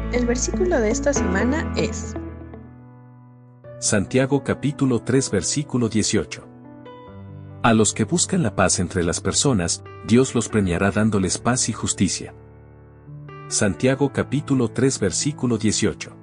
El versículo de esta semana es Santiago capítulo 3 versículo 18. A los que buscan la paz entre las personas, Dios los premiará dándoles paz y justicia. Santiago capítulo 3 versículo 18.